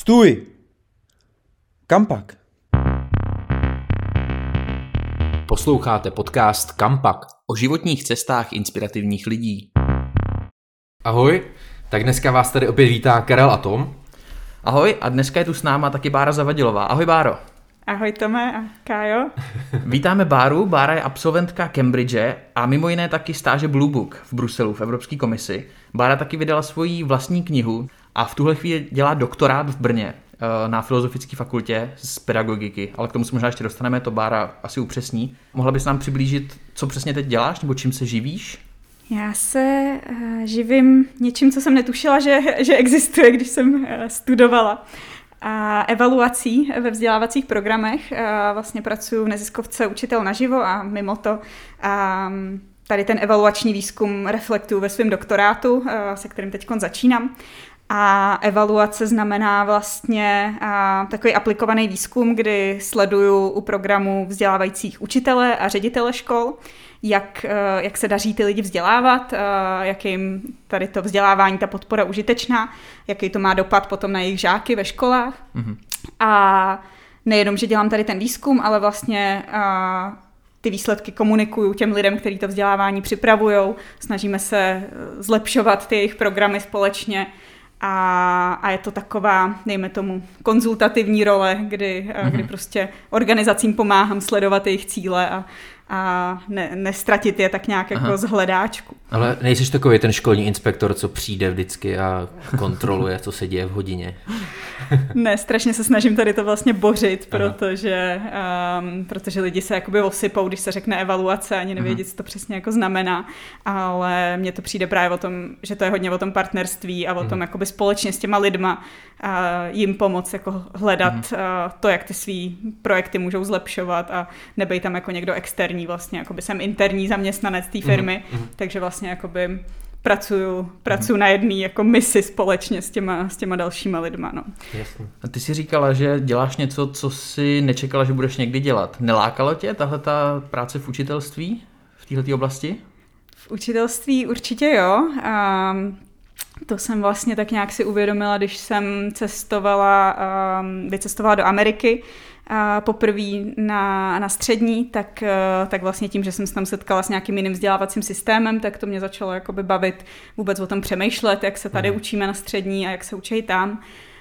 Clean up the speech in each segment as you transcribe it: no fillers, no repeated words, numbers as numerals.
Stůj! Kam pak? Posloucháte podcast Kampak o životních cestách inspirativních lidí. Ahoj, tak dneska vás tady opět vítá Karel a Tom. Ahoj, a dneska je tu s náma taky Bára Zavadilová. Ahoj Báro. Ahoj Tome a Kájo. Vítáme Báru. Bára je absolventka Cambridge a mimo jiné taky stáže Blue Book v Bruselu v Evropské komisi. Bára taky vydala svoji vlastní knihu a v tuhle chvíli dělá doktorát v Brně na Filozofické fakultě z pedagogiky, ale k tomu se možná ještě dostaneme, to Bára asi upřesní. Mohla bys nám přiblížit, co přesně teď děláš nebo čím se živíš? Já se živím něčím, co jsem netušila, že existuje, když jsem studovala. Evaluací ve vzdělávacích programech. Vlastně pracuji v neziskovce Učitel naživo a mimo to tady ten evaluační výzkum reflektuju ve svém doktorátu, se kterým teď začínám. A evaluace znamená vlastně takový aplikovaný výzkum, kdy sleduju u programu vzdělávajících učitele a ředitele škol, jak se daří ty lidi vzdělávat, jak jim tady to vzdělávání, ta podpora užitečná, jaký to má dopad potom na jejich žáky ve školách. Mm-hmm. A nejenom, že dělám tady ten výzkum, ale vlastně ty výsledky komunikuju těm lidem, kteří to vzdělávání připravujou. Snažíme se zlepšovat ty jejich programy společně. A je to taková, dejme tomu, konzultativní role, kdy prostě organizacím pomáhám sledovat jejich cíle a nestratit je tak nějak jako z hledáčku. Ale nejsiš takový ten školní inspektor, co přijde vždycky a kontroluje, co se děje v hodině. Ne, strašně se snažím tady to vlastně bořit, protože lidi se jakoby osypou, když se řekne evaluace, ani nevědí, co to přesně jako znamená, ale mně to přijde právě o tom, že to je hodně o tom partnerství a o tom jakoby společně s těma lidma jim pomoct jako hledat to, jak ty svý projekty můžou zlepšovat a nebej tam jako někdo externí vlastně, jakoby jsem interní zaměstnanec té firmy, takže vlastně jakoby pracuju na jedné jako misi společně s těma dalšíma lidma. No. Jasně. A ty jsi říkala, že děláš něco, co jsi nečekala, že budeš někdy dělat. Nelákalo tě tahle ta práce v učitelství v této oblasti? V učitelství určitě jo. To jsem vlastně tak nějak si uvědomila, když jsem vycestovala do Ameriky poprvé na střední, tak vlastně tím, že jsem se tam setkala s nějakým jiným vzdělávacím systémem, tak to mě začalo jakoby bavit vůbec o tom přemýšlet, jak se tady učíme na střední a jak se učí tam.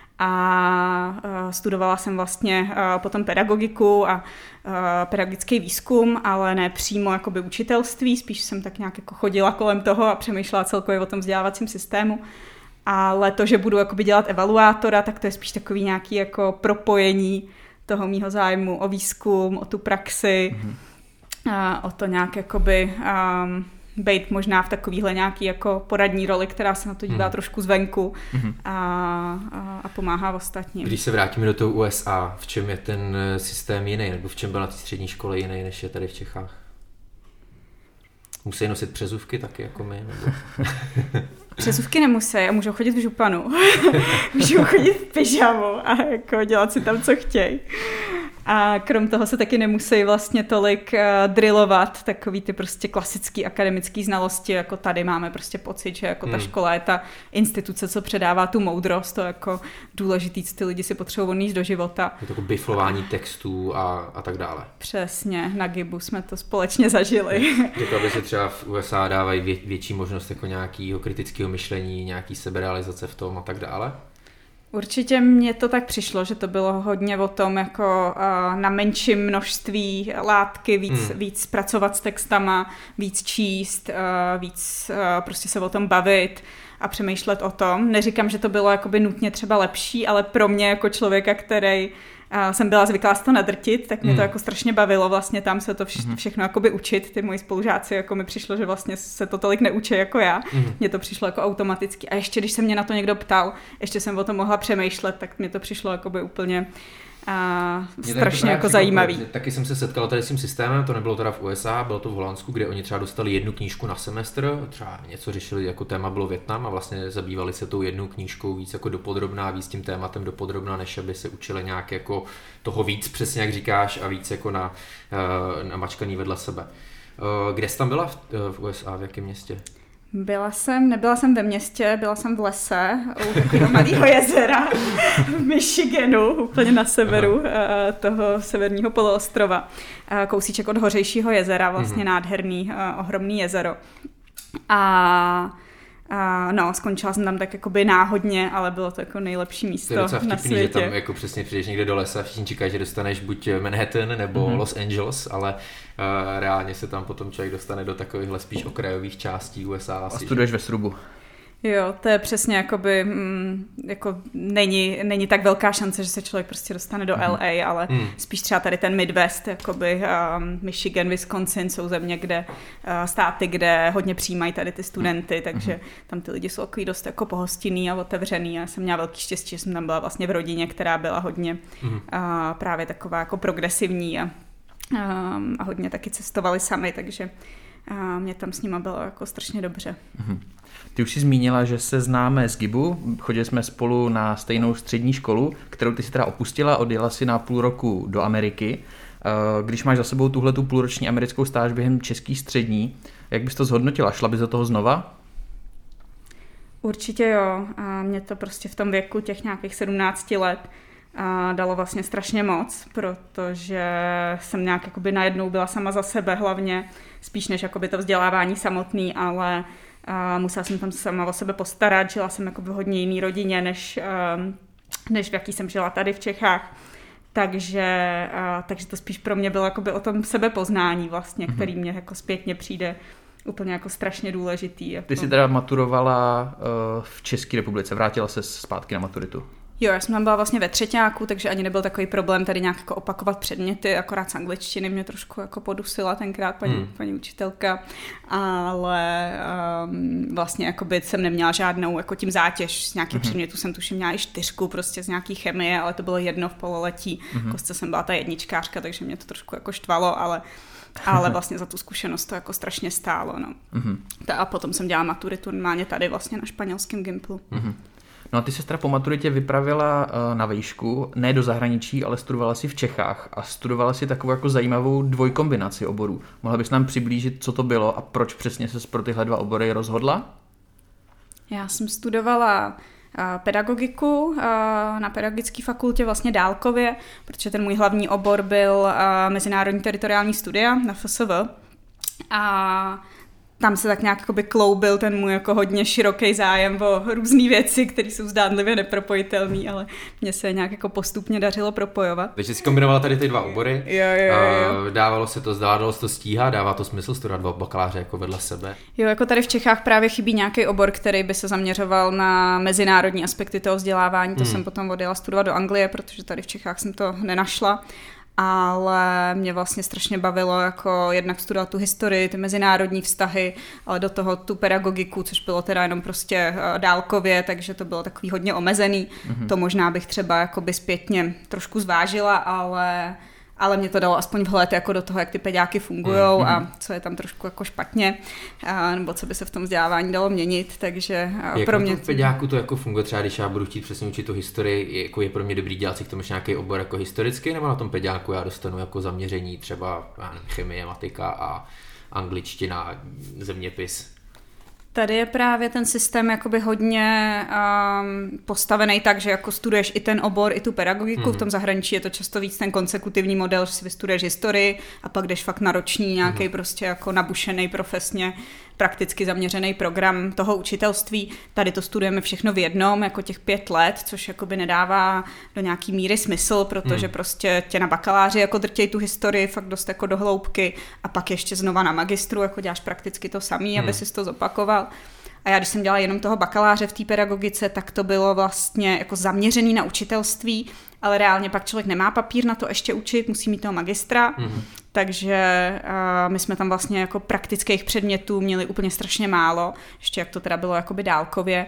A studovala jsem vlastně potom pedagogiku a pedagogický výzkum, ale ne přímo jakoby učitelství, spíš jsem tak nějak jako chodila kolem toho a přemýšlela celkově o tom vzdělávacím systému. Ale to, že budu jakoby dělat evaluátora, tak to je spíš takový nějaký jako propojení toho mýho zájmu o výzkum, o tu praxi, o to nějak jakoby být možná v takovýhle nějaký jako poradní roli, která se na to dívá trošku zvenku a pomáhá ostatním. Když se vrátíme do toho USA, v čem je ten systém jiný, nebo v čem byl na té střední škole jiný, než je tady v Čechách? Musí nosit přezůvky taky jako my? Nebo... Přezůvky nemusí a můžou chodit v županu. Můžou chodit v pyžamu a jako dělat si tam, co chtějí. A krom toho se taky nemusí vlastně tolik drillovat takový ty prostě klasický akademický znalosti, jako tady máme prostě pocit, že jako ta škola je ta instituce, co předává tu moudrost, to jako důležitý, co ty lidi si potřebují níst do života. Je to jako biflování textů a tak dále. Přesně, na Gibu jsme to společně zažili. Řekla by se třeba v USA dávají větší možnost jako nějakého kritického myšlení, nějaký seberealizace v tom a tak dále? Určitě mně to tak přišlo, že to bylo hodně o tom, jako na menším množství látky víc pracovat s textama, víc číst, víc prostě se o tom bavit a přemýšlet o tom. Neříkám, že to bylo jakoby nutně třeba lepší, ale pro mě jako člověka, který jsem byla zvyklá se to nadrtit, tak mě to jako strašně bavilo vlastně tam se to všechno jakoby učit. Ty moji spolužáci, jako mi přišlo, že vlastně se to tolik neučí jako já. Mně to přišlo jako automaticky. A ještě když se mě na to někdo ptal, ještě jsem o tom mohla přemýšlet, tak mě to přišlo jakoby úplně strašně jako zajímavý. Taky jsem se setkal tady s tím systémem, to nebylo teda v USA, bylo to v Holandsku, kde oni třeba dostali jednu knížku na semestr, třeba něco řešili, jako téma bylo Vietnam a vlastně zabývali se tou jednou knížkou víc jako dopodrobná, víc tím tématem dopodrobná, než aby se učili nějak jako toho víc, přesně jak říkáš, a víc jako na mačkaný vedle sebe. Kde jsi tam byla v USA, v jakém městě? Nebyla jsem ve městě, byla jsem v lese u takového malého jezera v Michiganu, úplně na severu toho severního poloostrova. Kousíček od Hořejšího jezera, vlastně nádherný, ohromný jezero. No, skončila jsem tam tak jakoby náhodně, ale bylo to jako nejlepší místo na světě. To je docela vtipný, že tam jako přesně přijdeš někde do lesa a všichni čekají, že dostaneš buď Manhattan nebo Los Angeles, ale reálně se tam potom člověk dostane do takovýchhle spíš okrajových částí USA. A studuješ ve Srubu. Jo, to je přesně jakoby, jako není tak velká šance, že se člověk prostě dostane do LA, ale spíš třeba tady ten Midwest, jakoby Michigan, Wisconsin jsou země, kde státy, kde hodně přijímají tady ty studenty, takže tam ty lidi jsou takový dost jako pohostinný a otevřený. Já jsem měla velký štěstí, že jsem tam byla vlastně v rodině, která byla hodně právě taková jako progresivní a hodně taky cestovali sami, takže mě tam s nima bylo jako strašně dobře. Ty už jsi zmínila, že se známe z GIBu, chodili jsme spolu na stejnou střední školu, kterou ty si teda opustila, odjela si na půl roku do Ameriky. Když máš za sebou tuhletu půlroční americkou stáž během český střední, jak bys to zhodnotila? Šla bys do toho znova? Určitě jo. A mě to prostě v tom věku těch nějakých 17 let dalo vlastně strašně moc, protože jsem nějak jakoby najednou byla sama za sebe hlavně, spíš než jakoby to vzdělávání samotný, ale musela jsem tam sama o sebe postarat, žila jsem jako v hodně jiný rodině, než v jaký jsem žila tady v Čechách. Takže to spíš pro mě bylo jakoby o tom sebepoznání vlastně, který mě jako zpětně přijde úplně jako strašně důležitý. Jako. Ty jsi teda maturovala v České republice, vrátila se zpátky na maturitu. Jo, já jsem tam byla vlastně ve třeťáku, takže ani nebyl takový problém tady nějak jako opakovat předměty, akorát z angličtiny mě trošku jako podusila tenkrát paní učitelka, ale vlastně jakoby jsem neměla žádnou jako tím zátěž z nějakých předmětů, jsem tuším měla i 4 prostě z nějaký chemie, ale to bylo jedno v pololetí, kostce jsem byla ta jedničkářka, takže mě to trošku jako štvalo, ale vlastně za tu zkušenost to jako strašně stálo, no. A potom jsem dělala maturitu normálně tady vlastně na španělském Gimplu. No a ty se teda po maturitě vypravila na výšku, ne do zahraničí, ale studovala si v Čechách a studovala si takovou jako zajímavou dvojkombinaci oborů. Mohla bys nám přiblížit, co to bylo a proč přesně ses pro tyhle 2 obory rozhodla? Já jsem studovala pedagogiku na pedagogické fakultě vlastně dálkově, protože ten můj hlavní obor byl mezinárodní teritoriální studia na FSV a tam se tak nějak jakoby kloubil ten můj jako hodně široký zájem o různé věci, které jsou zdánlivě nepropojitelné, ale mně se nějak jako postupně dařilo propojovat. Takže jsi kombinovala tady ty 2 obory. Jo. Dávalo se to stíhá, dává to smysl studovat 2 bakaláře jako vedle sebe? Jo, jako tady v Čechách právě chybí nějaký obor, který by se zaměřoval na mezinárodní aspekty toho vzdělávání. To jsem potom odjela studovat do Anglie, protože tady v Čechách jsem to nenašla. Ale mě vlastně strašně bavilo jako jednak studovat tu historii, ty mezinárodní vztahy, ale do toho tu pedagogiku, což bylo teda jenom prostě dálkově, takže to bylo takový hodně omezený. To možná bych třeba jakoby zpětně trošku zvážila, ale mě to dalo aspoň vhled jako do toho, jak ty peďáky fungujou a co je tam trošku jako špatně, nebo co by se v tom vzdělávání dalo měnit, takže jak pro mě... Jak na tom peďáku to jako funguje, třeba když já budu chtít přesně učit tu historii, jako je pro mě dobrý dělat si k tomu nějaký obor jako historický, nebo na tom peďáku já dostanu jako zaměření třeba chemie, matika a angličtina, zeměpis? Tady je právě ten systém jakoby hodně postavený tak, že jako studuješ i ten obor, i tu pedagogiku. V tom zahraničí je to často víc ten konsekutivní model, že si vystuduješ historii a pak jdeš fakt na roční nějaký prostě jako nabušený profesně prakticky zaměřený program toho učitelství. Tady to studujeme všechno v jednom, jako těch 5 let, což jakoby nedává do nějaký míry smysl, protože prostě tě na bakaláři jako drtějí tu historii fakt dost jako do hloubky a pak ještě znova na magistru, jako děláš prakticky to samý, aby si to zopakoval. A já, když jsem dělala jenom toho bakaláře v té pedagogice, tak to bylo vlastně jako zaměřený na učitelství, ale reálně pak člověk nemá papír na to ještě učit, musí mít toho magistra, takže my jsme tam vlastně jako praktických předmětů měli úplně strašně málo, ještě jak to teda bylo jakoby dálkově,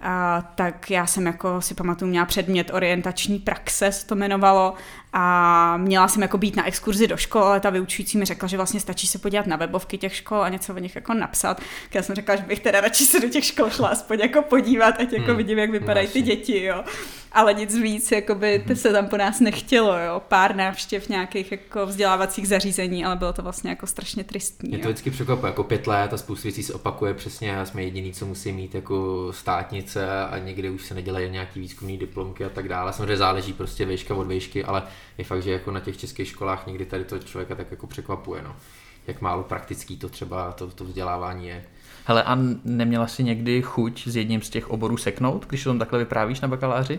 tak já jsem jako si pamatuju, měla předmět orientační praxe, se to jmenovalo, a měla jsem jako být na exkurzi do škol, ale ta vyučující mi řekla, že vlastně stačí se podívat na webovky těch škol a něco o nich jako napsat. Já jsem řekla, že bych teda radši se do těch škol šla aspoň jako podívat, ať jako vidím, jak vypadají ty děti, jo. ale nic víc, jakoby to se tam po nás nechtělo, jo. Pár návštěv nějakých jako vzdělávacích zařízení, ale bylo to vlastně jako strašně tristní. Mě to vždycky překvapuje, jako 5 let a spoustu věcí se opakuje přesně a jsme jediný, co musí mít jako státnice a někde už se nedělají nějaký výzkumný diplomky a tak dále. Samozřejmě záleží prostě výška od výšky, ale je fakt, že jako na těch českých školách někdy tady to člověka tak jako překvapuje, no. Jak málo praktický to třeba to vzdělávání je. Hele, a neměla jsi někdy chuť s jedním z těch oborů seknout, když o tom takhle vyprávíš na bakaláři?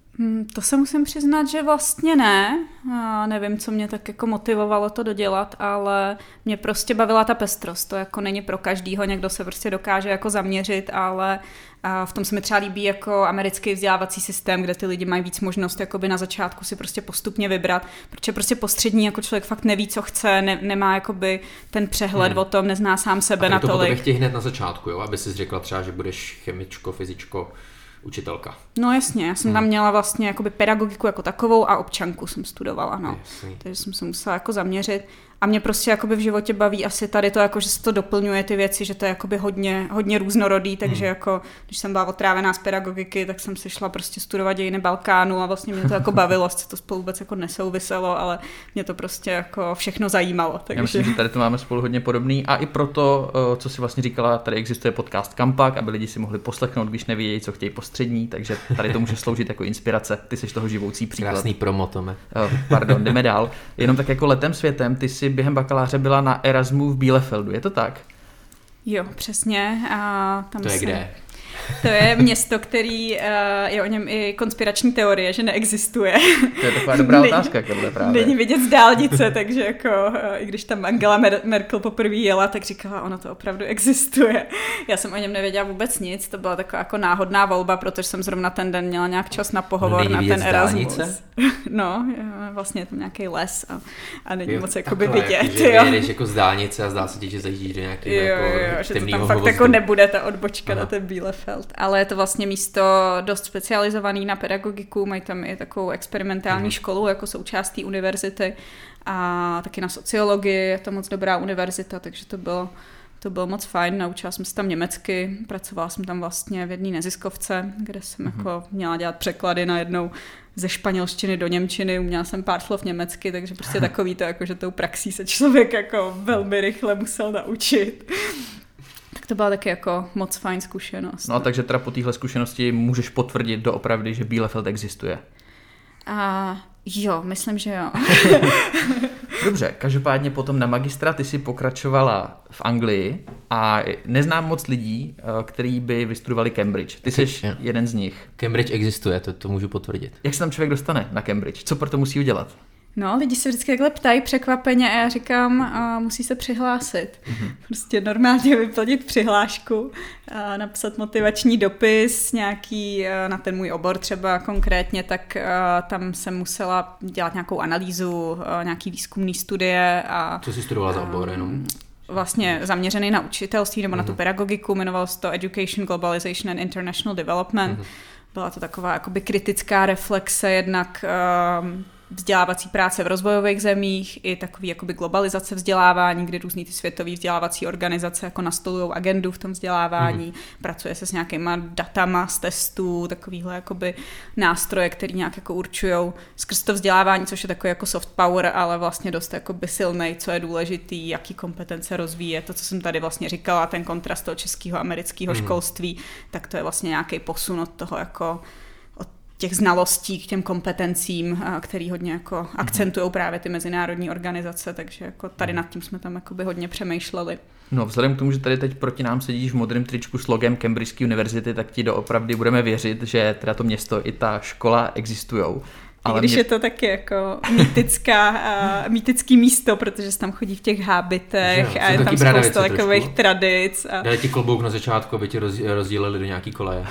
To se musím přiznat, že vlastně ne. Nevím, co mě tak jako motivovalo to dodělat, ale mě prostě bavila ta pestrost. To jako není pro každýho, někdo se prostě dokáže jako zaměřit, ale v tom se mi třeba líbí jako americký vzdělávací systém, kde ty lidi mají víc možnost jakoby na začátku si prostě postupně vybrat, protože prostě postřední jako člověk fakt neví, co chce, nemá jakoby ten přehled o tom, nezná sám sebe natolik. A to po tebe chtějí hned na začátku, jo? Aby jsi řekla třeba, že budeš chemičko, fyzičko, učitelka. No jasně, já jsem tam měla vlastně jakoby pedagogiku jako takovou a občanku jsem studovala, no. Takže jsem se musela jako zaměřit. A mě prostě jakoby v životě baví asi tady to, jako, že se to doplňuje ty věci, že to je jakoby hodně různorodý, takže jako, když jsem byla otrávená z pedagogiky, tak jsem si šla prostě studovat dějiny Balkánu a vlastně mě to jako bavilo, se to spolu vůbec jako nesouviselo, ale mě to prostě jako všechno zajímalo. Takže... Já myslím, že tady to máme spolu hodně podobný a i proto, co si vlastně říkala, tady existuje podcast Kampak, aby lidi si mohli poslechnout, když nevědějí, co chtějí po střední, takže tady to může sloužit jako inspirace. Ty jsi toho živoucí příklad. Krásný promo, Tome. Pardon, jdeme dál. Jenom tak jako letem světem, ty jsi během bakaláře byla na Erasmu v Bielefeldu, je to tak? Jo, přesně. A tam to je kde? To je město, který je o něm i konspirační teorie, že neexistuje. To je taková dobrá otázka, Karle, právě. Není vidět z dálnice, takže jako, i když tam Angela Merkel poprvé jela, tak říkala, ono to opravdu existuje. Já jsem o něm nevěděla vůbec nic, to byla taková jako náhodná volba, protože jsem zrovna ten den měla nějak čas na pohovor na ten Erasmus. No, vlastně je tam nějaký les a není moc jakoby vidět. Že jedeš jako z dálnice a zdá se ti, že zajíždíš do nějakého jako temného vozdu. Že to tam fakt jako nebude ta odbočka na ten Bielefeld. Ale je to vlastně místo dost specializovaný na pedagogiku, mají tam i takovou experimentální školu jako součástí univerzity a taky na sociologii, je to moc dobrá univerzita, takže to bylo moc fajn, naučila jsem se tam německy, pracovala jsem tam vlastně v jedné neziskovce, kde jsem jako měla dělat překlady najednou ze španělštiny do němčiny, uměla jsem pár slov německy, takže prostě takový to, jako, že tou praxí se člověk jako velmi rychle musel naučit. Tak to byla taky jako moc fajn zkušenost. No takže teda po téhle zkušenosti můžeš potvrdit doopravdy, že Bielefeld existuje. Jo, myslím, že jo. Dobře, každopádně potom na magistra ty si pokračovala v Anglii a neznám moc lidí, kteří by vystudovali Cambridge. Ty jsi jeden z nich. Cambridge existuje, to můžu potvrdit. Jak se tam člověk dostane na Cambridge? Co pro to musí udělat? No, lidi se vždycky takhle ptají překvapeně a já říkám, musí se přihlásit. Prostě normálně vyplnit přihlášku, napsat motivační dopis, nějaký na ten můj obor třeba konkrétně, tak tam jsem musela dělat nějakou analýzu, nějaký výzkumný studie. Co jsi studovala za obor jenom? Vlastně zaměřený na učitelství nebo na tu pedagogiku, jmenovalo se to Education, Globalization and International Development. Byla to taková jakoby kritická reflexe jednak vzdělávací práce v rozvojových zemích i takový jakoby globalizace vzdělávání, kdy různý ty světové vzdělávací organizace jako nastolujou agendu v tom vzdělávání, pracuje se s nějakýma datama z testů, takovýhle jakoby nástroje, který nějak jako určujou skrz to vzdělávání, což je takový jako soft power, ale vlastně dost jakoby silnej, co je důležitý, jaký kompetence rozvíje. To, co jsem tady vlastně říkala, ten kontrast toho českého amerického školství, tak to je vlastně nějaký posun od toho jako těch znalostí k těm kompetencím, který hodně jako akcentují právě ty mezinárodní organizace, takže jako tady nad tím jsme tam jakoby hodně přemýšleli. No vzhledem k tomu, že tady teď proti nám sedíš v modrém tričku s logem Cambridgeské univerzity, tak ti doopravdy budeme věřit, že teda to město i ta škola existujou. Ale když je to taky jako mýtický místo, protože se tam chodí v těch hábitech a je tam spousta takových tradic. Dali ti klobouk na začátku, aby ti rozdíleli do nějaký koleje.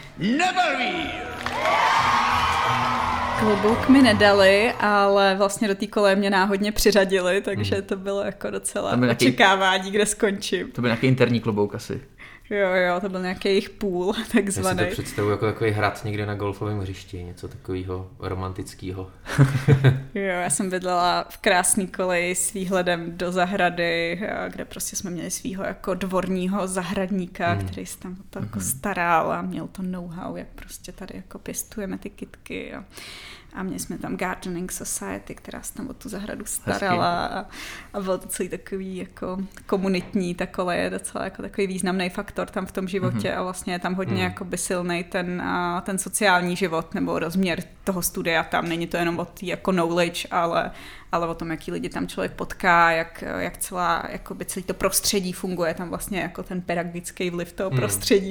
Klobouk mi nedali, ale vlastně do té koleje mě náhodně přiřadili, takže to bylo jako docela očekávání, kde skončím. To byl nějaký interní klobouk asi. Jo, to byl nějaký jejich půl, takzvaný. Já si to představuji jako takový hrad někde na golfovém hřišti, něco takového romantického. Jo, já jsem bydlela v krásný koleji s výhledem do zahrady, kde prostě jsme měli svýho jako dvorního zahradníka, který se tam to jako staral a měl to know-how, jak prostě tady jako pěstujeme ty kytky a měli jsme tam Gardening Society, která se tam o tu zahradu starala a bylo to celý takový jako komunitní, ta koleje je docela jako takový významný faktor tam v tom životě a vlastně je tam hodně jakoby silnej ten sociální život nebo rozměr toho studia tam. Není to jenom o té jako knowledge, ale o tom, jaký lidi tam člověk potká, jak celý to prostředí funguje. Tam vlastně jako ten pedagogický vliv toho prostředí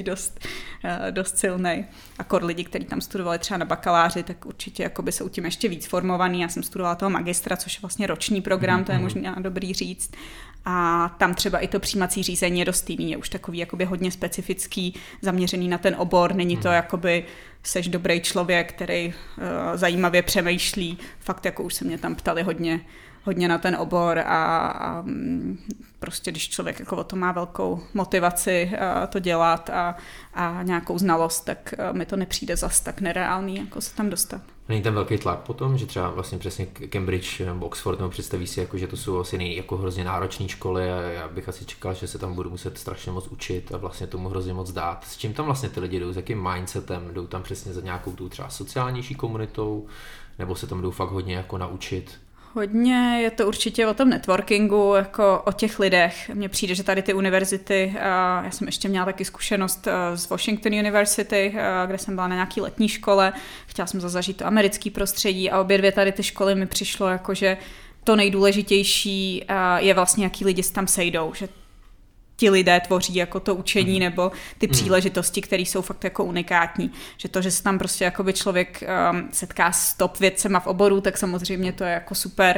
dost silnej. A kor lidi, kteří tam studovali třeba na bakaláři, tak určitě jakoby jsou tím ještě víc formovaný. Já jsem studovala toho magistra, což je vlastně roční program, to je možná dobrý říct. A tam třeba i to přijímací řízení je dost jiný, je už takový jakoby hodně specifický, zaměřený na ten obor, není to jakoby seš dobrý člověk, který zajímavě přemýšlí, fakt jako už se mě tam ptali hodně na ten obor a prostě když člověk jako o to má velkou motivaci to dělat a nějakou znalost, tak mi to nepřijde zas tak nereálný, jako se tam dostat. Není tam velký tlak potom, že třeba vlastně přesně Cambridge nebo Oxford, nebo představí si, jako, že to jsou asi jako hrozně náročné školy a já bych asi čekal, že se tam budu muset strašně moc učit a vlastně tomu hrozně moc dát. S čím tam vlastně ty lidi jdou, s jakým mindsetem, jdou tam přesně za nějakou tu třeba sociálnější komunitou, nebo se tam jdou fakt hodně jako naučit? Hodně je to určitě o tom networkingu, jako o těch lidech. Mně přijde, že tady ty univerzity, já jsem ještě měla taky zkušenost z Washington University, kde jsem byla na nějaký letní škole, chtěla jsem zažít to americké prostředí a obě dvě tady ty školy mi přišlo jako, že to nejdůležitější je vlastně, jaký lidi tam sejdou, že ti lidé tvoří jako to učení nebo ty příležitosti, které jsou fakt jako unikátní. Že to, že se tam prostě jakoby člověk setká s top vědcema v oboru, tak samozřejmě to je jako super,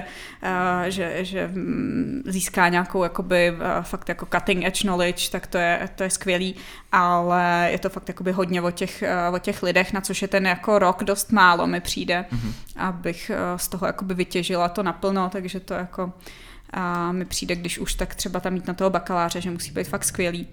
že získá nějakou jakoby fakt jako cutting edge knowledge, tak to je skvělý, ale je to fakt jakoby hodně o těch lidech, na což je ten jako rok dost málo mi přijde, abych z toho jakoby vytěžila to naplno, takže to jako a mi přijde, když už tak třeba tam jít na toho bakaláře, že musí být fakt skvělý.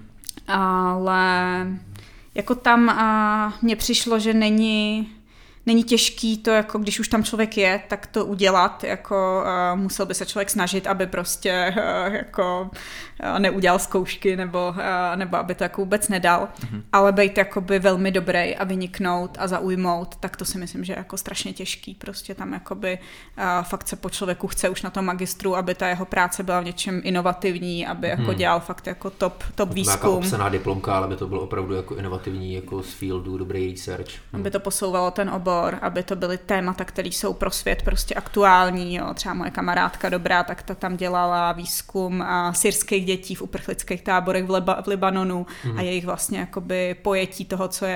Ale jako tam mně přišlo, že není těžký to, jako když už tam člověk je, tak to udělat, jako musel by se člověk snažit, aby prostě jako neudělal zkoušky nebo aby to jako vůbec nedal, ale být jakoby velmi dobrý a vyniknout a zaujmout, tak to si myslím, že je jako strašně těžký, prostě tam jakoby fakt se po člověku chce už na tom magistru, aby ta jeho práce byla v něčem inovativní, aby jako dělal fakt jako top výzkum. Nějaká obsaná diplomka, ale aby to bylo opravdu jako inovativní, jako z fieldu, dobrý research. Aby to posouvalo ten obor, aby to byly témata, které jsou pro svět prostě aktuální. Jo. Třeba moje kamarádka dobrá, tak ta tam dělala výzkum syrských dětí v uprchlických táborech v Libanonu a jejich vlastně jakoby pojetí toho, co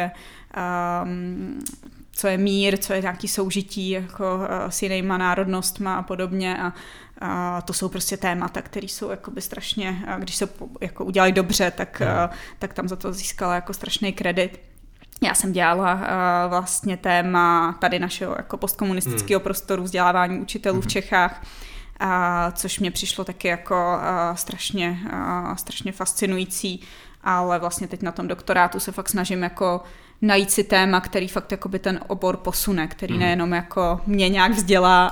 je mír, co je nějaký soužití jako s jinýma národnostma a podobně a to jsou prostě témata, které jsou jakoby strašně, když se jako udělají dobře, tak tam za to získala jako strašný kredit. Já jsem dělala vlastně téma tady našeho jako postkomunistického prostoru vzdělávání učitelů v Čechách, což mě přišlo taky jako strašně fascinující, ale vlastně teď na tom doktorátu se fakt snažím jako najít si téma, který fakt jakoby ten obor posune, který nejenom jako mě nějak vzdělá,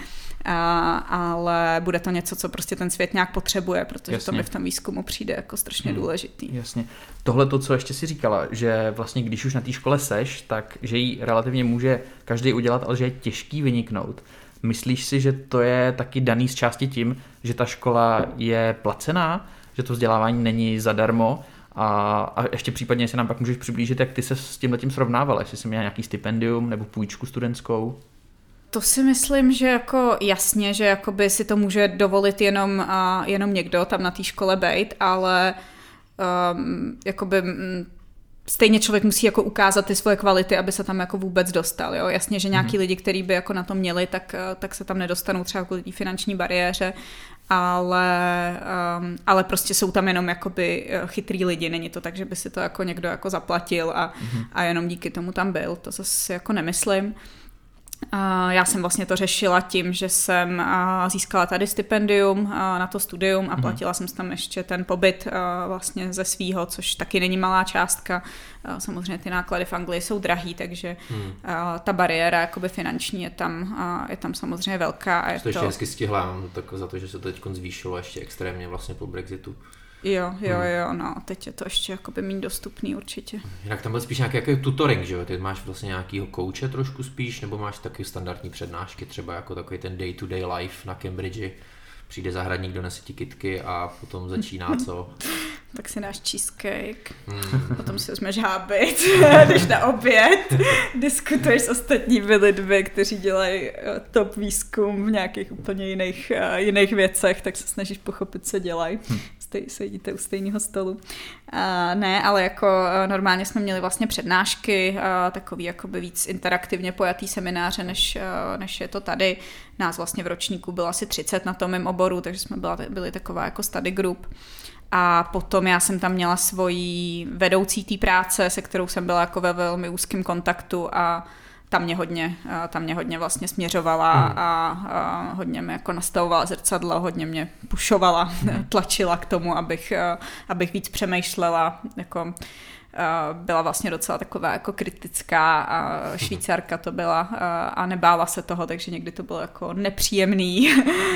ale bude to něco, co prostě ten svět nějak potřebuje, protože to mi v tom výzkumu přijde jako strašně důležitý. Jasně. Tohle to, co ještě si říkala, že vlastně když už na té škole seš, tak že ji relativně může každý udělat, ale že je těžký vyniknout. Myslíš si, že to je taky daný z části tím, že ta škola je placená, že to vzdělávání není zadarmo a ještě případně se nám pak můžeš přiblížit, jak ty se s tímhletím srovnávala, jestli jsi měla nějaký stipendium nebo půjčku studentskou? To si myslím, že jako jasně, že jakoby si to může dovolit jenom někdo tam na té škole bejt, ale jakoby stejně člověk musí jako ukázat ty svoje kvality, aby se tam jako vůbec dostal. Jo? Jasně, že nějaký lidi, kteří by jako na to měli, tak se tam nedostanou třeba kvůli té finanční bariéře, ale prostě jsou tam jenom jakoby chytrý lidi, není to tak, že by si to jako někdo jako zaplatil a jenom díky tomu tam byl, to zase jako nemyslím. Já jsem vlastně to řešila tím, že jsem získala tady stipendium na to studium a platila jsem tam ještě ten pobyt vlastně ze svýho, což taky není malá částka. Samozřejmě ty náklady v Anglii jsou drahý, takže ta bariéra jakoby finanční je tam samozřejmě velká. A je to ještě hezky stihla, tak za to, že se to teď zvýšilo ještě extrémně vlastně po Brexitu. Jo, no, teď je to ještě jakoby méně dostupný určitě. Jinak tam byl spíš nějaký tutoring, že jo? Ty máš vlastně nějakýho kouče trošku spíš, nebo máš taky standardní přednášky, třeba jako takový ten day-to-day life na Cambridge, přijde zahradník, donese ti kytky a potom začíná co? Tak si dáš cheesecake, potom si vezmeš hábit, jdeš na oběd, diskutuješ s ostatními lidmi, kteří dělají top výzkum v nějakých úplně jiných věcech, tak se snažíš pochopit, co dělají. Sedíte u stejného stolu. Ne, ale jako normálně jsme měli vlastně přednášky, takový jakoby víc interaktivně pojatý semináře, než je to tady. Nás vlastně v ročníku bylo asi 30 na tom mém oboru, takže jsme byli taková jako study group. A potom já jsem tam měla svoji vedoucí té práce, se kterou jsem byla jako ve velmi úzkém kontaktu a tam mě hodně vlastně směřovala a hodně mě jako nastavovala zrcadlo, hodně mě pušovala, tlačila k tomu, abych víc přemýšlela, jako byla vlastně docela taková jako kritická a Švýcarka to byla a nebála se toho, takže někdy to bylo jako nepříjemný,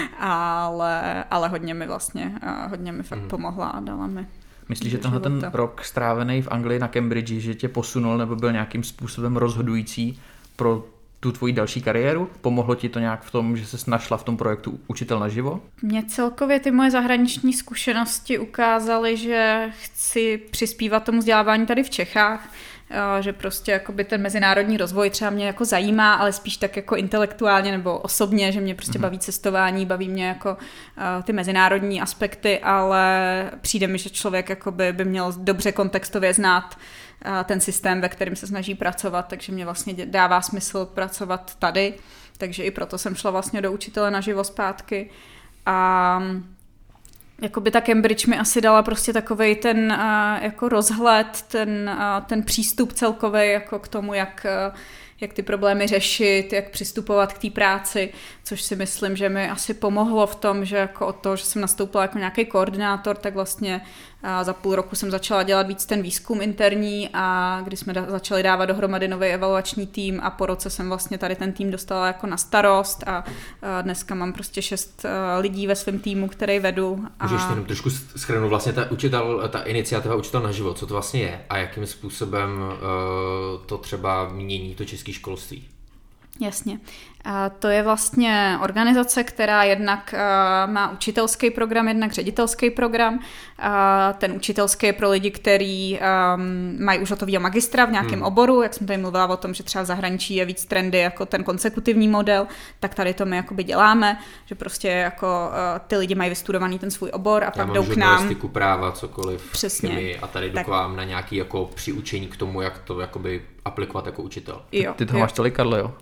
ale hodně mi fakt pomohla a dala mi. Myslíš, že tenhle ten rok strávený v Anglii na Cambridge, že tě posunul nebo byl nějakým způsobem rozhodující pro tu tvoji další kariéru? Pomohlo ti to nějak v tom, že ses našla v tom projektu Učitel naživo? Mně celkově ty moje zahraniční zkušenosti ukázaly, že chci přispívat tomu vzdělávání tady v Čechách, že prostě jakoby ten mezinárodní rozvoj třeba mě jako zajímá, ale spíš tak jako intelektuálně nebo osobně, že mě prostě baví cestování, baví mě jako ty mezinárodní aspekty, ale přijde mi, že člověk jakoby by měl dobře kontextově znát ten systém, ve kterém se snaží pracovat, takže mě vlastně dává smysl pracovat tady, takže i proto jsem šla vlastně do Učitele naživo zpátky a jakoby ta Cambridge mi asi dala prostě takovej ten jako rozhled, ten přístup celkový jako k tomu, jak ty problémy řešit, jak přistupovat k té práci, což si myslím, že mi asi pomohlo v tom, že jako od toho, že jsem nastoupila jako nějaký koordinátor, tak vlastně za půl roku jsem začala dělat víc ten výzkum interní a když jsme začali dávat dohromady nový evaluační tým a po roce jsem vlastně tady ten tým dostala jako na starost a dneska mám prostě 6 lidí ve svém týmu, který vedu. Můžeš jenom trošku shrnout vlastně ta iniciativa Učitel naživo, co to vlastně je a jakým způsobem to třeba mění to české školství? Jasně. To je vlastně organizace, která jednak má učitelský program, jednak ředitelský program. Ten učitelský je pro lidi, kteří mají už hotovýho magistra v nějakém oboru, jak jsem tady mluvila o tom, že třeba v zahraničí je víc trendy jako ten konsekutivní model, tak tady to my jakoby děláme, že prostě jako ty lidi mají vystudovaný ten svůj obor a pak jdou k nám. Žurnalistiku, práva, cokoliv, přesně. Chemii a tady jdu k vám na nějaký jako přiučení k tomu, jak to jakoby aplikovat jako učitel. Ty to máš tolik, Karlo, jo?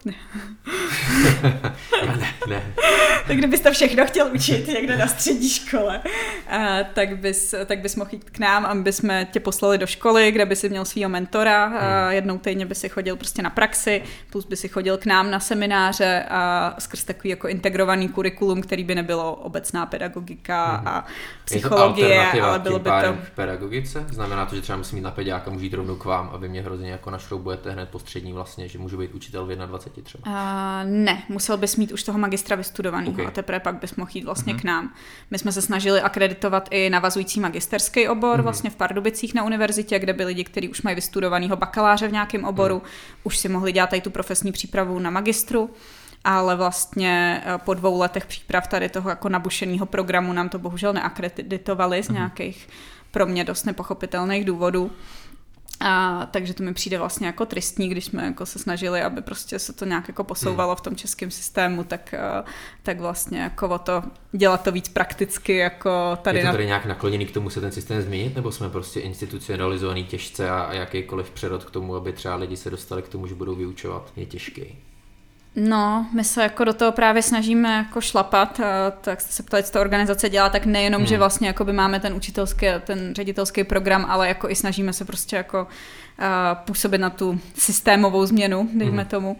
Ne. Tak kdybyste všechno chtěl učit někde na střední škole, tak bys mohl jít k nám, aby jsme tě poslali do školy, kde by si měl svýho mentora, jednou týdně by si chodil prostě na praxi, plus by si chodil k nám na semináře a skrz takový jako integrovaný kurikulum, který by nebylo obecná pedagogika a psychologie, ale bylo by to v pedagogice? Znamená to, že třeba musím jít na pediáka, můžu jít rovnou k vám, aby mě hrozně jako našroubujete hned po střední vlastně, že můžu být učitel v 21 třeba? Ne, musel bys mít už toho magistra vystudovaného a teprve pak bys mohl jít vlastně k nám. My jsme se snažili akreditovat i navazující magisterský obor vlastně v Pardubicích na univerzitě, kde byli lidi, kteří už mají vystudovaného bakaláře v nějakém oboru, už si mohli dělat tady tu profesní přípravu na magistru, ale vlastně po 2 letech příprav tady toho jako nabušeného programu nám to bohužel neakreditovali z nějakých pro mě dost nepochopitelných důvodů. Takže to mi přijde vlastně jako tristní, když jsme jako se snažili, aby prostě se to nějak jako posouvalo v tom českém systému, tak vlastně jako o to dělat to víc prakticky jako tady. Je to tady nějak nakloněný k tomu se ten systém změnit, nebo jsme prostě institucionalizovaný těžce a jakýkoliv přerod k tomu, aby třeba lidi se dostali k tomu, že budou vyučovat, je těžký? No, my se jako do toho právě snažíme jako šlapat, tak jste se ptali, co ta organizace dělá, tak nejenom, že vlastně jakoby máme ten ředitelský program, ale jako i snažíme se prostě jako působit na tu systémovou změnu, dejme tomu,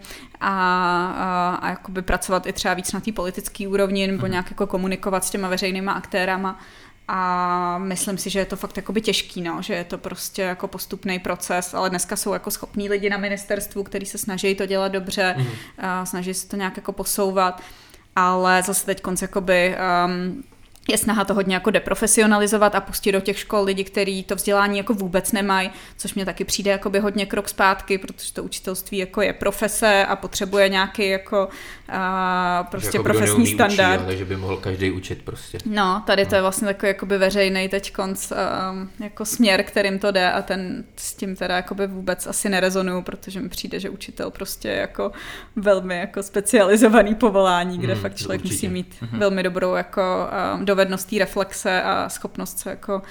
a jakoby pracovat i třeba víc na té politické úrovni, nebo nějak jako komunikovat s těma veřejnýma aktérama. A myslím si, že je to fakt jakoby těžký, no, že je to prostě jako postupný proces, ale dneska jsou jako schopní lidi na ministerstvu, kteří se snaží to dělat dobře, snaží se to nějak jako posouvat, ale zase teď jakoby je snaha to hodně jako deprofesionalizovat a pustit do těch škol lidi, kteří to vzdělání jako vůbec nemají, což mě taky přijde jakoby hodně krok zpátky, protože to učitelství jako je profese a potřebuje nějaký jako prostě jako profesní standard. Učí, takže by mohl každý učit prostě. No, tady to je vlastně takový jakoby veřejný teď jako směr, kterým to jde a s tím teda jakoby vůbec asi nerezonuju, protože mi přijde, že učitel prostě je jako velmi jako specializovaný povolání, kde fakt člověk musí mít velmi dobrou jako dovednost té reflexe a schopnost se jako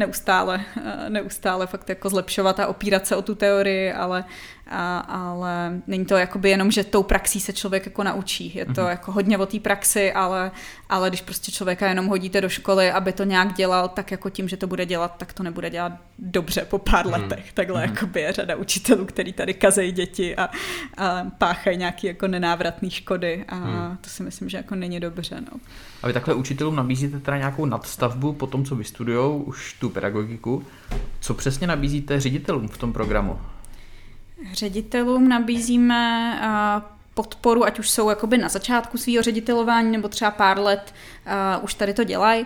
neustále fakt jako zlepšovat a opírat se o tu teorii, ale není to jakoby jenom, že tou praxí se člověk jako naučí. Je to jako hodně o té praxi, ale když prostě člověka jenom hodíte do školy, aby to nějak dělal, tak jako tím, že to bude dělat, tak to nebude dělat dobře po pár letech. Takhle jakoby je řada učitelů, který tady kazejí děti a páchají nějaké jako nenávratné škody a to si myslím, že jako není dobře. No. A vy takhle učitelům nabízíte teda nějakou nadstavbu po tom, co vystudujou už tu pedagogiku. Co přesně nabízíte ředitelům v tom programu? Ředitelům nabízíme podporu, ať už jsou jakoby na začátku svého ředitelování, nebo třeba pár let už tady to dělají,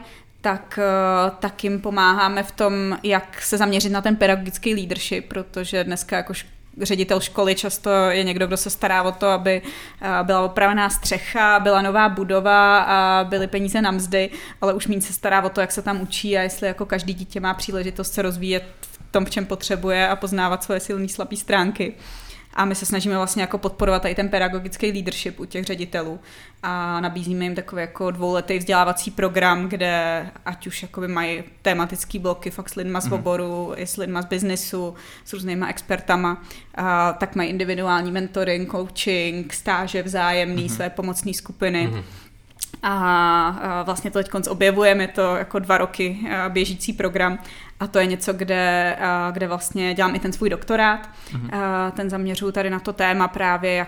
tak jim pomáháme v tom, jak se zaměřit na ten pedagogický leadership, protože dneska jako ředitel školy často je někdo, kdo se stará o to, aby byla opravená střecha, byla nová budova a byly peníze na mzdy, ale už méně se stará o to, jak se tam učí a jestli jako každý dítě má příležitost se rozvíjet v tom, v čem potřebuje a poznávat svoje silné slabé stránky. A my se snažíme vlastně jako podporovat tady ten pedagogický leadership u těch ředitelů a nabízíme jim takový jako 2letý vzdělávací program, kde ať už jakoby mají tematický bloky fakt s lidma z oboru, i s lidma z biznesu, s různýma expertama, tak mají individuální mentoring, coaching, stáže vzájemný, své pomocné skupiny. A vlastně to teď objevujeme, je to jako 2 roky běžící program a to je něco, kde vlastně dělám i ten svůj doktorát. Ten zaměřuju tady na to téma právě,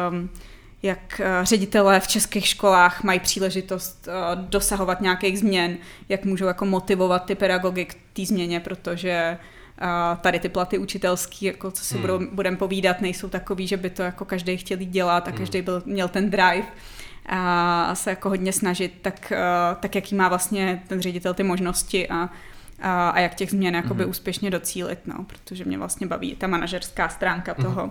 jak ředitelé v českých školách mají příležitost dosahovat nějakých změn, jak můžou jako motivovat ty pedagogy k té změně, protože tady ty platy učitelský, jako co si budeme povídat, nejsou takový, že by to jako každý chtěl dělat a každý měl ten drive a se jako hodně snažit, tak jaký má vlastně ten ředitel ty možnosti a jak těch změn jakoby úspěšně docílit, no, protože mě vlastně baví ta manažerská stránka toho.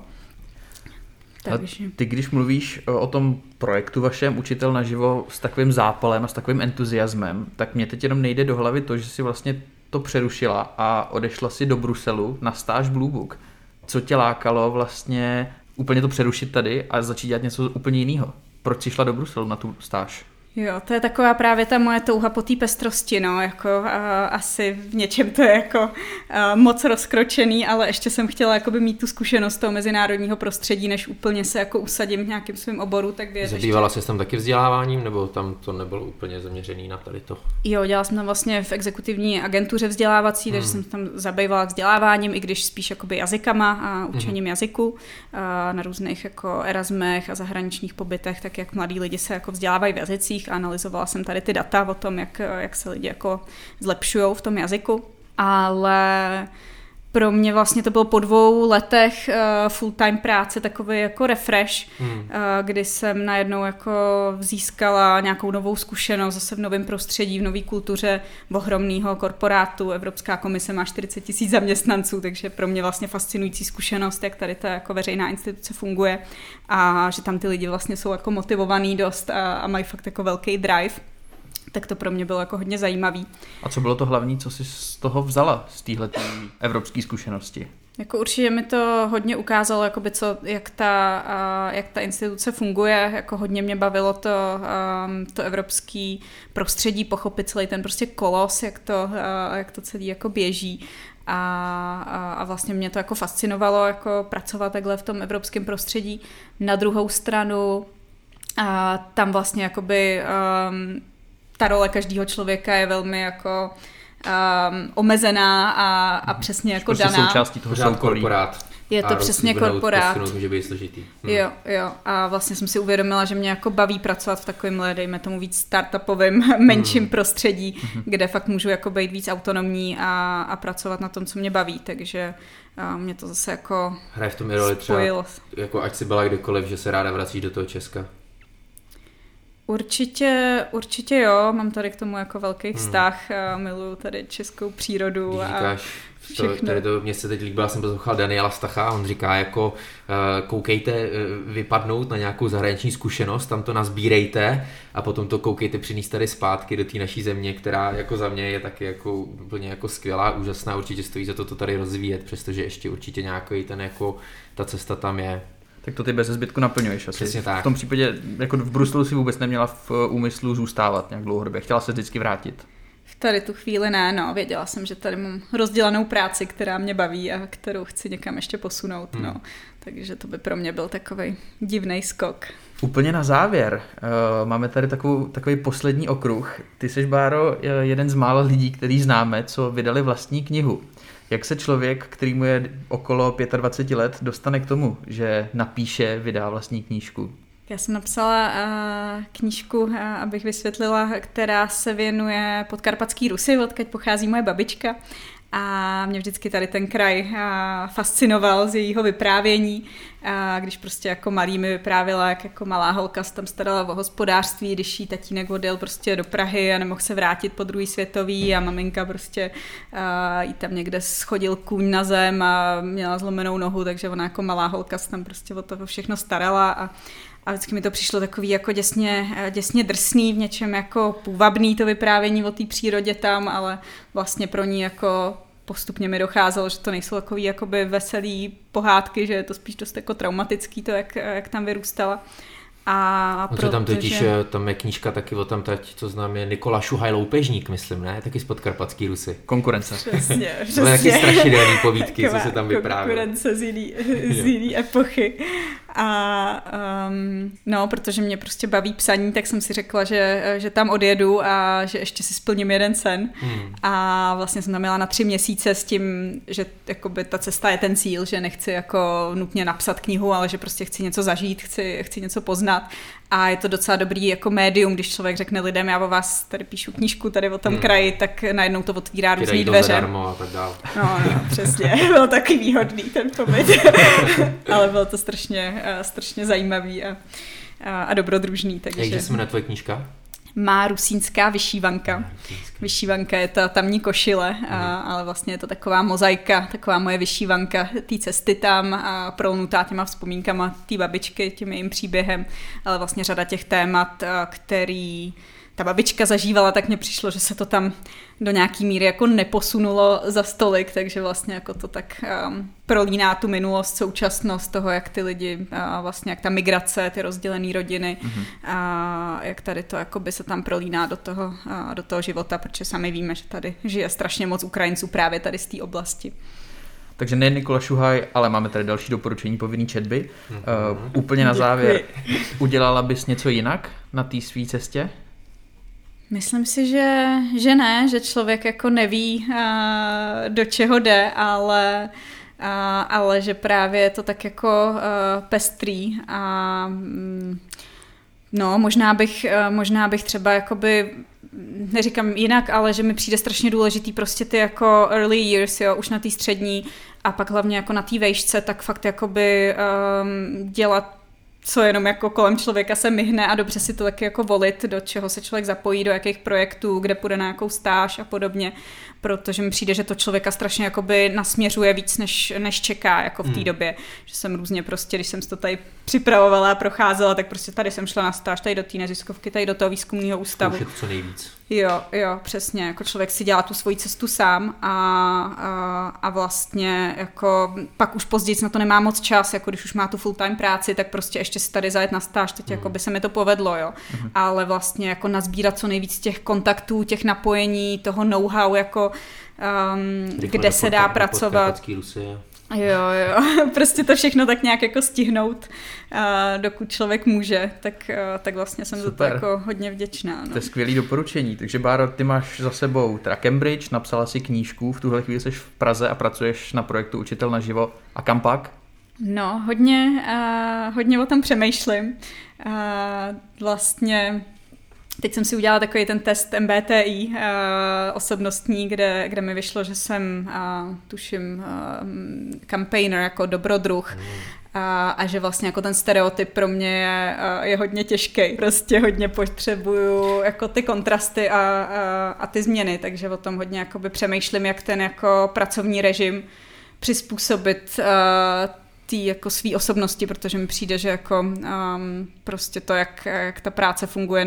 Takže. Ty, když mluvíš o tom projektu vašem Učitel naživo s takovým zápalem a s takovým entuziasmem, tak mě teď jenom nejde do hlavy to, že si vlastně to přerušila a odešla si do Bruselu na stáž Blue Book. Co tě lákalo vlastně úplně to přerušit tady a začít dělat něco úplně jiného? Proč jsi šla do Bruselu na tu stáž? Jo, to je taková právě ta moje touha po té pestrosti, no, jako asi v něčem to je jako moc rozkročený, ale ještě jsem chtěla jakoby mít tu zkušenost toho mezinárodního prostředí, než úplně se jako usadím v nějakém svém oboru, tak vědět. Zabývala jsi tam taky vzděláváním, nebo tam to nebylo úplně zaměřený na tady to? Jo, dělala jsem tam vlastně v exekutivní agentuře vzdělávací, takže jsem tam zabývala vzděláváním, i když spíš jakoby jazykama a učením jazyku na různých jako Erasmech a zahraničních pobytech, tak jak mladí lidi se jako vzdělávají v jazycích. Analyzovala jsem tady ty data o tom, jak se lidi jako zlepšují v tom jazyku, ale pro mě vlastně to bylo po 2 letech full-time práce, takový jako refresh, kdy jsem najednou jako získala nějakou novou zkušenost zase v novém prostředí, v nové kultuře ohromného korporátu. Evropská komise má 40 000 zaměstnanců, takže pro mě vlastně fascinující zkušenost, jak tady ta jako veřejná instituce funguje a že tam ty lidi vlastně jsou jako motivovaný dost a mají fakt jako velký drive. Tak to pro mě bylo jako hodně zajímavý. A co bylo to hlavní, co jsi z toho vzala, z téhleté evropské zkušenosti? Jako určitě mi to hodně ukázalo, jakoby jak ta instituce funguje, jako hodně mě bavilo to evropské prostředí, pochopit celý ten prostě kolos, jak to celý jako běží a vlastně mě to jako fascinovalo jako pracovat takhle v tom evropském prostředí. Na druhou stranu tam vlastně jakoby ta role každého člověka je velmi jako omezená a přesně jako prostě daná. Součástí toho soukolí. Je to přesně korporát. Může být složitý. Jo. A vlastně jsem si uvědomila, že mě jako baví pracovat v takovémhle, dejme tomu víc startupovém, menším prostředí, kde fakt můžu jako být víc autonomní a pracovat na tom, co mě baví. Takže mě to zase jako hraje v tom i roli třeba, jako ať si byla kdekoliv, že se ráda vracíš do toho Česka. Určitě jo, mám tady k tomu jako velký vztah, miluju tady českou přírodu. Když říkáš, mně se teď líbila, jsem poslouchal Daniela Stacha, on říká jako koukejte vypadnout na nějakou zahraniční zkušenost, tam to nazbírejte a potom to koukejte přinést tady zpátky do té naší země, která jako za mě je taky jako úplně jako skvělá, úžasná, určitě stojí za to tady rozvíjet, přestože ještě určitě nějaký ten jako ta cesta tam je. Tak to ty bez zbytku naplňuješ asi. Přesně tak. V tom případě, jako v Bruselu si vůbec neměla v úmyslu zůstávat nějak dlouhodobě. Chtěla se vždycky vrátit. V tady tu chvíli ne, no. Věděla jsem, že tady mám rozdělanou práci, která mě baví a kterou chci někam ještě posunout, no. Takže to by pro mě byl takovej divnej skok. Úplně na závěr, máme tady takový poslední okruh. Ty jsi, Báro, jeden z mála lidí, který známe, co vydali vlastní knihu. Jak se člověk, který mu je okolo 25 let, dostane k tomu, že napíše, vydá vlastní knížku? Já jsem napsala knížku, abych vysvětlila, která se věnuje Podkarpatský Rusy, odkud pochází moje babička. A mě vždycky tady ten kraj fascinoval z jejího vyprávění. A když prostě jako malý mi vyprávěla, jak jako malá holka se tam starala o hospodářství, když jí tatínek odjel prostě do Prahy a nemohl se vrátit po druhý světový a maminka prostě jí tam někde schodil kůň na zem a měla zlomenou nohu, takže ona jako malá holka se tam prostě o toho všechno starala a vždycky mi to přišlo takový jako děsně drsný, v něčem jako půvabný to vyprávění o té přírodě tam, ale vlastně pro ní jako postupně mi docházelo, že to nejsou takový jakoby veselý pohádky, že je to spíš dost jako traumatický to, jak tam vyrůstala. A tam totiž, tam je knížka taky o tam tať, co znám, je Nikola Šuhaj Loupežník, myslím, ne? Taky z Podkarpatský Rusy. Konkurence. Přesně. To je taky strašidelný povídky, co se tam vyprávělo. Konkurence z jiný epochy. No, protože mě prostě baví psaní, tak jsem si řekla, že tam odjedu a že ještě si splním jeden sen. A vlastně jsem tam jela na 3 měsíce s tím, že jakoby ta cesta je ten cíl, že nechci jako nutně napsat knihu, ale že prostě chci něco zažít, chci něco poznat. A je to docela dobrý jako médium, když člověk řekne lidem, já o vás tady píšu knížku tady o tom kraji, tak najednou to otvírá různý dveře. Zadarmo a tak dál. No, přesně. Byl taky výhodný ten pobyt. Ale bylo to strašně zajímavý a dobrodružný. Takže... Jak se jmenuje tvoje knížka? Má rusínská vyšívanka. Vyšívanka je ta tamní košile, ale vlastně je to taková mozaika, taková moje vyšívanka té cesty tam, prolnutá těma vzpomínkama té babičky, tím jejím příběhem, ale vlastně řada těch témat, který ta babička zažívala, tak mně přišlo, že se to tam do nějaký míry jako neposunulo za stolik, takže vlastně jako to tak prolíná tu minulost, současnost toho, jak ty lidi, vlastně jak ta migrace, ty rozdělené rodiny, a jak tady to jakoby se tam prolíná do toho života, protože sami víme, že tady žije strašně moc Ukrajinců právě tady z té oblasti. Takže ne Nikola Šuhaj, ale máme tady další doporučení povinný četby. Úplně na závěr, udělala bys něco jinak na té své cestě? Myslím si, že ne, že člověk jako neví, do čeho jde, ale že právě je to tak jako pestrý a no, možná bych třeba jakoby, neříkám jinak, ale že mi přijde strašně důležitý prostě ty jako early years, jo, už na té střední a pak hlavně jako na té vejšce, tak fakt jakoby dělat co jenom jako kolem člověka se myhne a dobře si to taky jako volit, do čeho se člověk zapojí, do jakých projektů, kde půjde na nějakou stáž a podobně, protože mi přijde, že to člověka strašně jakoby nasměřuje víc, než čeká jako v té době, že jsem různě prostě, když jsem to tady připravovala a procházela, tak prostě tady jsem šla na stáž, tady do té neziskovky, tady do toho výzkumného ústavu. Zkoušet co nejvíc. Jo, přesně, jako člověk si dělá tu svoji cestu sám a vlastně jako pak už později na to nemá moc čas, jako když už má tu full-time práci, tak prostě ještě si tady zajet na stáž, teď jako by se mi to povedlo, jo. Ale vlastně jako nazbírat co nejvíc těch kontaktů, těch napojení, toho know-how, jako kde se dá pracovat. Jo, prostě to všechno tak nějak jako stihnout, dokud člověk může, tak vlastně jsem za to jako hodně vděčná. No. To je skvělý doporučení, takže Báro, ty máš za sebou teda Cambridge, napsala si knížku, v tuhle chvíli jsi v Praze a pracuješ na projektu Učitel naživo. A kam pak? No, hodně o tom přemýšlím. Vlastně teď jsem si udělala takový ten test MBTI osobnostní, kde mi vyšlo, že jsem, tuším, campaigner jako dobrodruh a že vlastně jako ten stereotyp pro mě je hodně těžký. Prostě hodně potřebuju jako ty kontrasty a ty změny, takže o tom hodně jakoby přemýšlím, jak ten jako pracovní režim přizpůsobit tý jako svý osobnosti, protože mi přijde, že jako prostě to, jak ta práce funguje,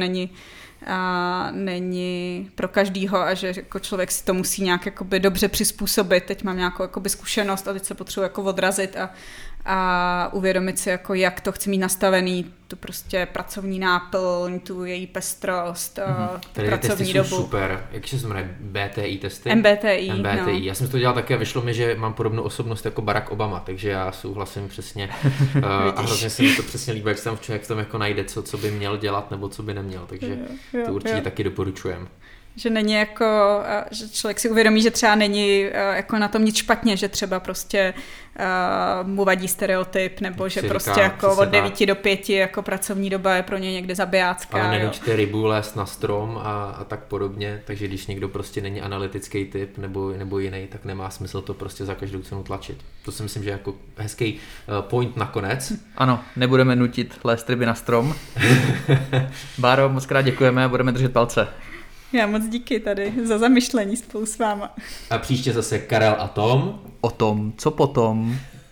není pro každýho a že jako člověk si to musí nějak jakoby dobře přizpůsobit. Teď mám nějakou jakoby zkušenost a teď se potřebuji jako odrazit a uvědomit si, jako jak to chci mít nastavený, tu prostě pracovní náplň, tu její pestrost, pracovní dobu. Jsou super. Jak se jmenuje? BTI testy? MBTI. No. Já jsem to dělal taky a vyšlo mi, že mám podobnou osobnost jako Barack Obama, takže já souhlasím přesně. A hrozně se mi to přesně líbí, jak se tam člověk tam jako najde, co by měl dělat nebo co by neměl, takže to určitě taky doporučujem. Že není jako, že člověk si uvědomí, že třeba není jako na tom nic špatně, že třeba prostě mu vadí stereotyp, nebo že prostě říká, jako od 9 do 5 jako pracovní doba je pro ně někde zabijácká. Ale nenuďte rybu lézt na strom a tak podobně, takže když někdo prostě není analytický typ nebo jiný, tak nemá smysl to prostě za každou cenu tlačit. To si myslím, že jako hezký point nakonec. Ano, nebudeme nutit lézt ryby na strom. Báro, moc krát děkujeme a budeme držet palce. Já moc díky tady za zamyšlení spolu s váma. A příště zase Karel a Tom. O tom, co potom.